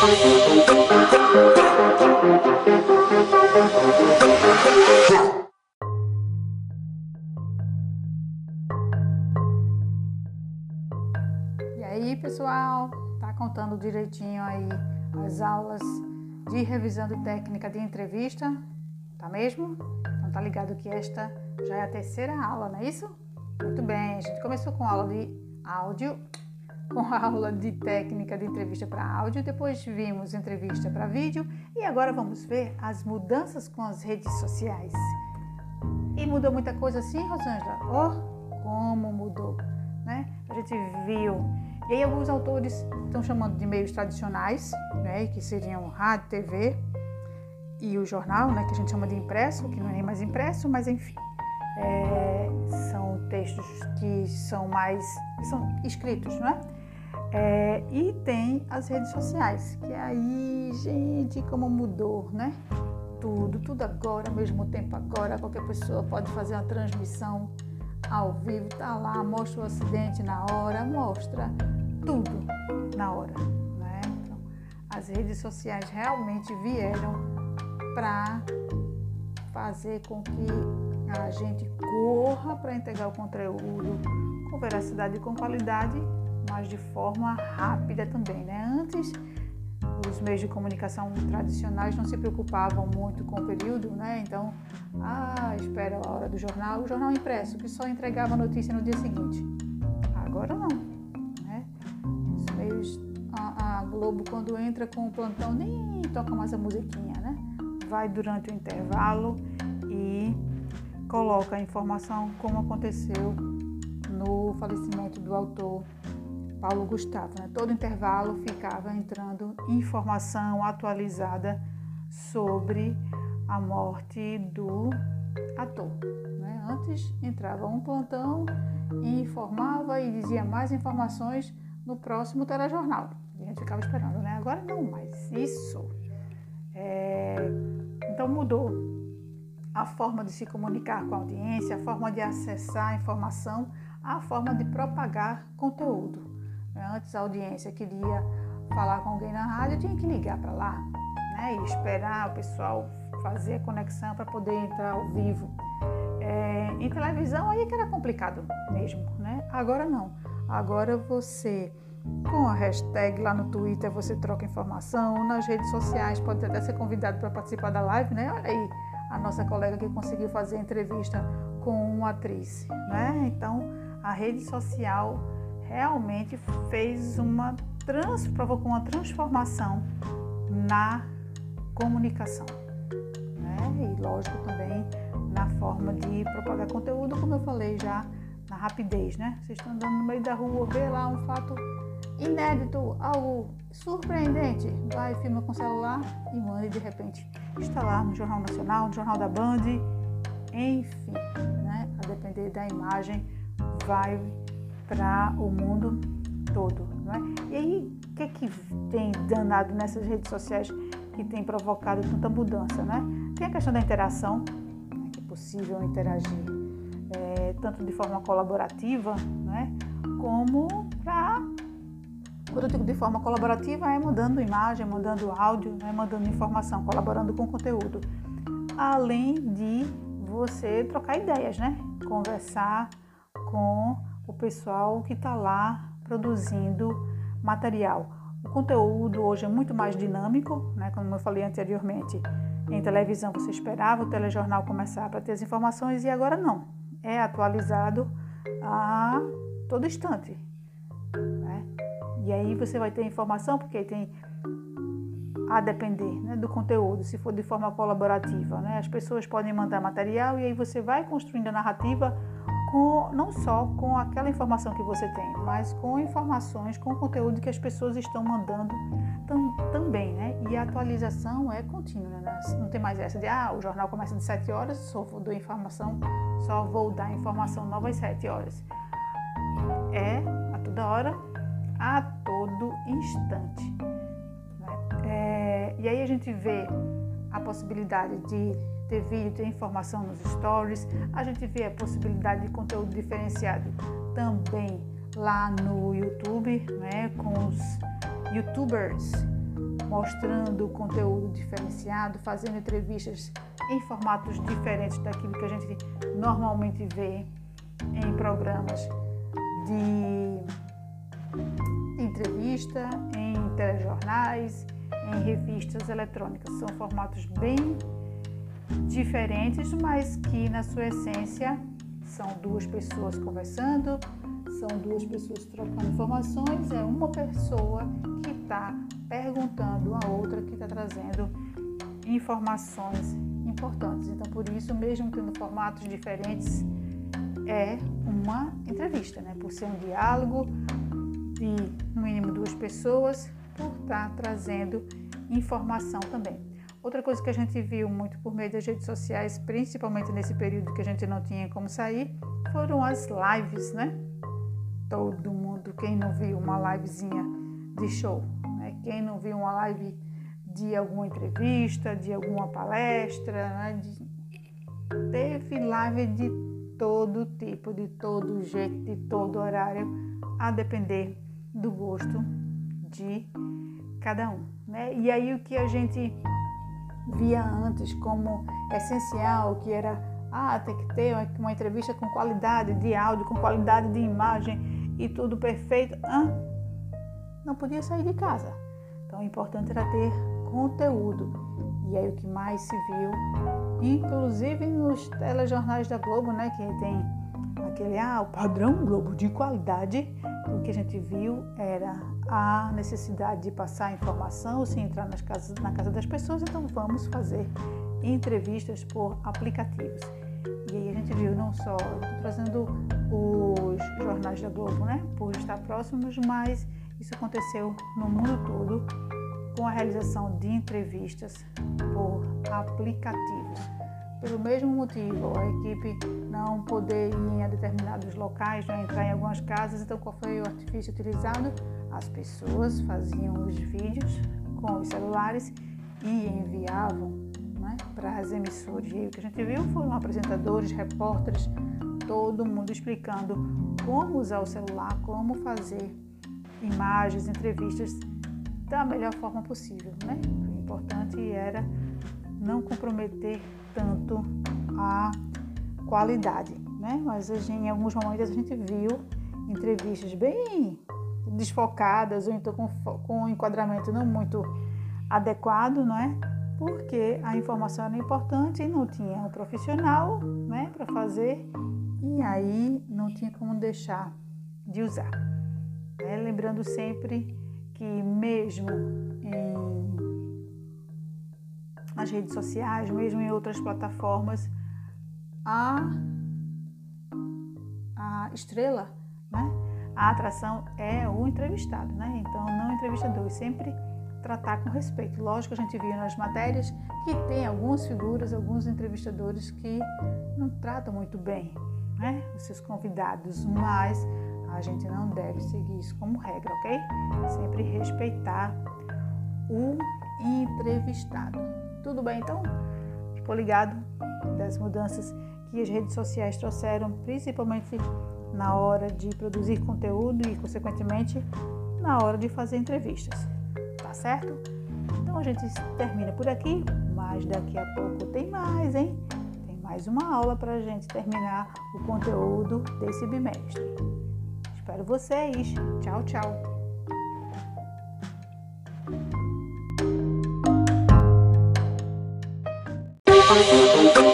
E aí, pessoal, tá contando direitinho aí as aulas de revisando técnica de entrevista, tá mesmo? Então tá ligado que esta já é a terceira aula, não é isso? Muito bem, a gente começou com aula de áudio, com a aula de técnica de entrevista para áudio, depois vimos entrevista para vídeo e agora vamos ver as mudanças com as redes sociais. E mudou muita coisa assim, Rosângela? Oh, como mudou, né? A gente viu. E aí alguns autores estão chamando de meios tradicionais, né? Que seriam rádio, TV e o jornal, né? Que a gente chama de impresso, que não é nem mais impresso, mas enfim. São textos que são escritos, não é? E tem as redes sociais, que aí, gente, como mudou, né? Tudo agora, ao mesmo tempo agora, qualquer pessoa pode fazer uma transmissão ao vivo, tá lá, mostra o acidente na hora, mostra tudo na hora, né? Então, as redes sociais realmente vieram para fazer com que a gente corra para entregar o conteúdo com veracidade e com qualidade, mas de forma rápida também, né? Antes, os meios de comunicação tradicionais não se preocupavam muito com o período, né? Então, espera a hora do jornal, o jornal impresso, que só entregava a notícia no dia seguinte. Agora não, né? Os meios, a Globo, quando entra com o plantão, nem toca mais a musiquinha, né? Vai durante o intervalo e coloca a informação como aconteceu no falecimento do autor Paulo Gustavo, né? Todo intervalo ficava entrando informação atualizada sobre a morte do ator, né? Antes entrava um plantão e informava e dizia mais informações no próximo telejornal. A gente ficava esperando, né? Agora não mais isso. Então mudou a forma de se comunicar com a audiência, a forma de acessar a informação, a forma de propagar conteúdo. Antes a audiência queria falar com alguém na rádio, tinha que ligar para lá, né? E esperar o pessoal fazer a conexão para poder entrar ao vivo. Em televisão aí que era complicado mesmo, né? Agora não. Agora você, com a hashtag lá no Twitter, você troca informação, nas redes sociais, pode até ser convidado para participar da live, né? Olha aí a nossa colega que conseguiu fazer entrevista com uma atriz, né? Então a rede social realmente provocou uma transformação na comunicação, né? E lógico também na forma de propagar conteúdo, como eu falei já, na rapidez, né? Vocês estão andando no meio da rua, vê lá um fato inédito, algo surpreendente, vai, filma com o celular e manda, e de repente está lá no Jornal Nacional, no Jornal da Band, enfim, né? A depender da imagem, vai para o mundo todo, não é? E aí, o que tem danado nessas redes sociais que tem provocado tanta mudança, né? Tem a questão da interação, né, que é possível interagir tanto de forma colaborativa, né, como quando eu digo de forma colaborativa, é mandando imagem, mandando áudio, né, mandando informação, colaborando com conteúdo. Além de você trocar ideias, né? Conversar com o pessoal que está lá produzindo material. O conteúdo hoje é muito mais dinâmico, né? Como eu falei anteriormente, em televisão você esperava o telejornal começar para ter as informações e agora não. É atualizado a todo instante, né? E aí você vai ter informação porque tem a depender, né, do conteúdo, se for de forma colaborativa, né? As pessoas podem mandar material e aí você vai construindo a narrativa não só com aquela informação que você tem, mas com informações, com conteúdo que as pessoas estão mandando também, né? E a atualização é contínua, né? Não tem mais essa de, o jornal começa às 7 horas, só vou dar informação nova às 7 horas. É a toda hora, a todo instante, né? E aí a gente vê a possibilidade de ter vídeo, ter informação nos stories, a gente vê a possibilidade de conteúdo diferenciado também lá no YouTube, né, com os youtubers mostrando conteúdo diferenciado, fazendo entrevistas em formatos diferentes daquilo que a gente normalmente vê em programas de entrevista, em telejornais, em revistas eletrônicas. São formatos bem diferentes, mas que na sua essência são duas pessoas conversando, são duas pessoas trocando informações, é uma pessoa que está perguntando a outra, que está trazendo informações importantes. Então, por isso, mesmo tendo formatos diferentes, é uma entrevista, né? Por ser um diálogo de, no mínimo, duas pessoas, por estar trazendo informação também. Outra coisa que a gente viu muito por meio das redes sociais, principalmente nesse período que a gente não tinha como sair, foram as lives, né? Todo mundo, quem não viu uma livezinha de show, né? Quem não viu uma live de alguma entrevista, de alguma palestra, né? Teve live de todo tipo, de todo jeito, de todo horário, a depender do gosto de cada um, né? E aí o que a gente via antes como essencial, que era tem que ter uma entrevista com qualidade de áudio, com qualidade de imagem e tudo perfeito, não podia sair de casa. Então o importante era ter conteúdo. E aí o que mais se viu, inclusive nos telejornais da Globo, né, que tem aquele o padrão Globo de qualidade, o que a gente viu era a necessidade de passar informação, se entrar na casa das pessoas, então vamos fazer entrevistas por aplicativos. E aí a gente viu não só trazendo os jornais da Globo, né, por estar próximos, mas isso aconteceu no mundo todo com a realização de entrevistas por aplicativos. Pelo mesmo motivo, a equipe não poder ir a determinados locais, não entrar em algumas casas, então qual foi o artifício utilizado? As pessoas faziam os vídeos com os celulares e enviavam, né, para as emissoras. E aí o que a gente viu foram apresentadores, repórteres, todo mundo explicando como usar o celular, como fazer imagens, entrevistas da melhor forma possível, né? O importante era não comprometer tanto a qualidade, né? Mas em alguns momentos a gente viu entrevistas bem desfocadas ou então com um enquadramento não muito adequado, não é? Porque a informação era importante e não tinha um profissional, né, para fazer, e aí não tinha como deixar de usar. Lembrando sempre que mesmo nas redes sociais, mesmo em outras plataformas, a estrela, né? A atração é o entrevistado, né? Então, não o entrevistador, sempre tratar com respeito. Lógico que a gente viu nas matérias que tem algumas figuras, alguns entrevistadores que não tratam muito bem, né, os seus convidados, mas a gente não deve seguir isso como regra, ok? Sempre respeitar o entrevistado. Tudo bem, então? Ficou ligado das mudanças que as redes sociais trouxeram, principalmente na hora de produzir conteúdo e, consequentemente, na hora de fazer entrevistas. Tá certo? Então a gente termina por aqui, mas daqui a pouco tem mais, hein? Tem mais uma aula para a gente terminar o conteúdo desse bimestre. Espero vocês. Tchau, tchau.